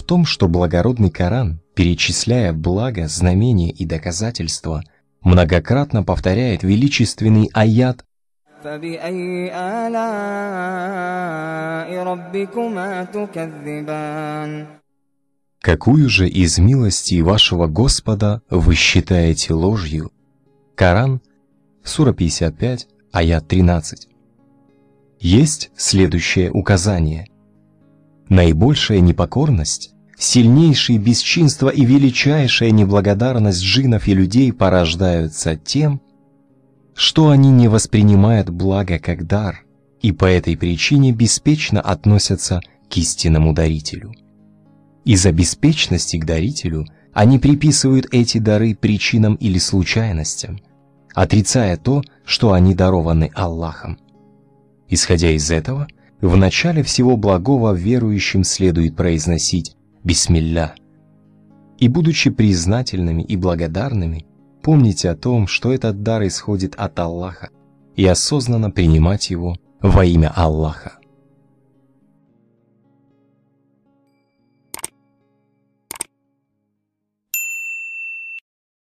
том, что благородный Коран, перечисляя блага, знамения и доказательства, многократно повторяет величественный аят فَبِأَيِّ آلَاءِ رَبِّكُمَا تُكَذِّبَانِ. «Какую же из милостей вашего Господа вы считаете ложью?» Коран, сура 55, аят 13. Есть следующее указание. Наибольшая непокорность, сильнейшие бесчинства и величайшая неблагодарность джиннов и людей порождаются тем, что они не воспринимают благо как дар и по этой причине беспечно относятся к истинному дарителю. Из-за беспечности к дарителю они приписывают эти дары причинам или случайностям, отрицая то, что они дарованы Аллахом. Исходя из этого, в начале всего благого верующим следует произносить «Бисмилля». И будучи признательными и благодарными, помните о том, что этот дар исходит от Аллаха, и осознанно принимать его во имя Аллаха.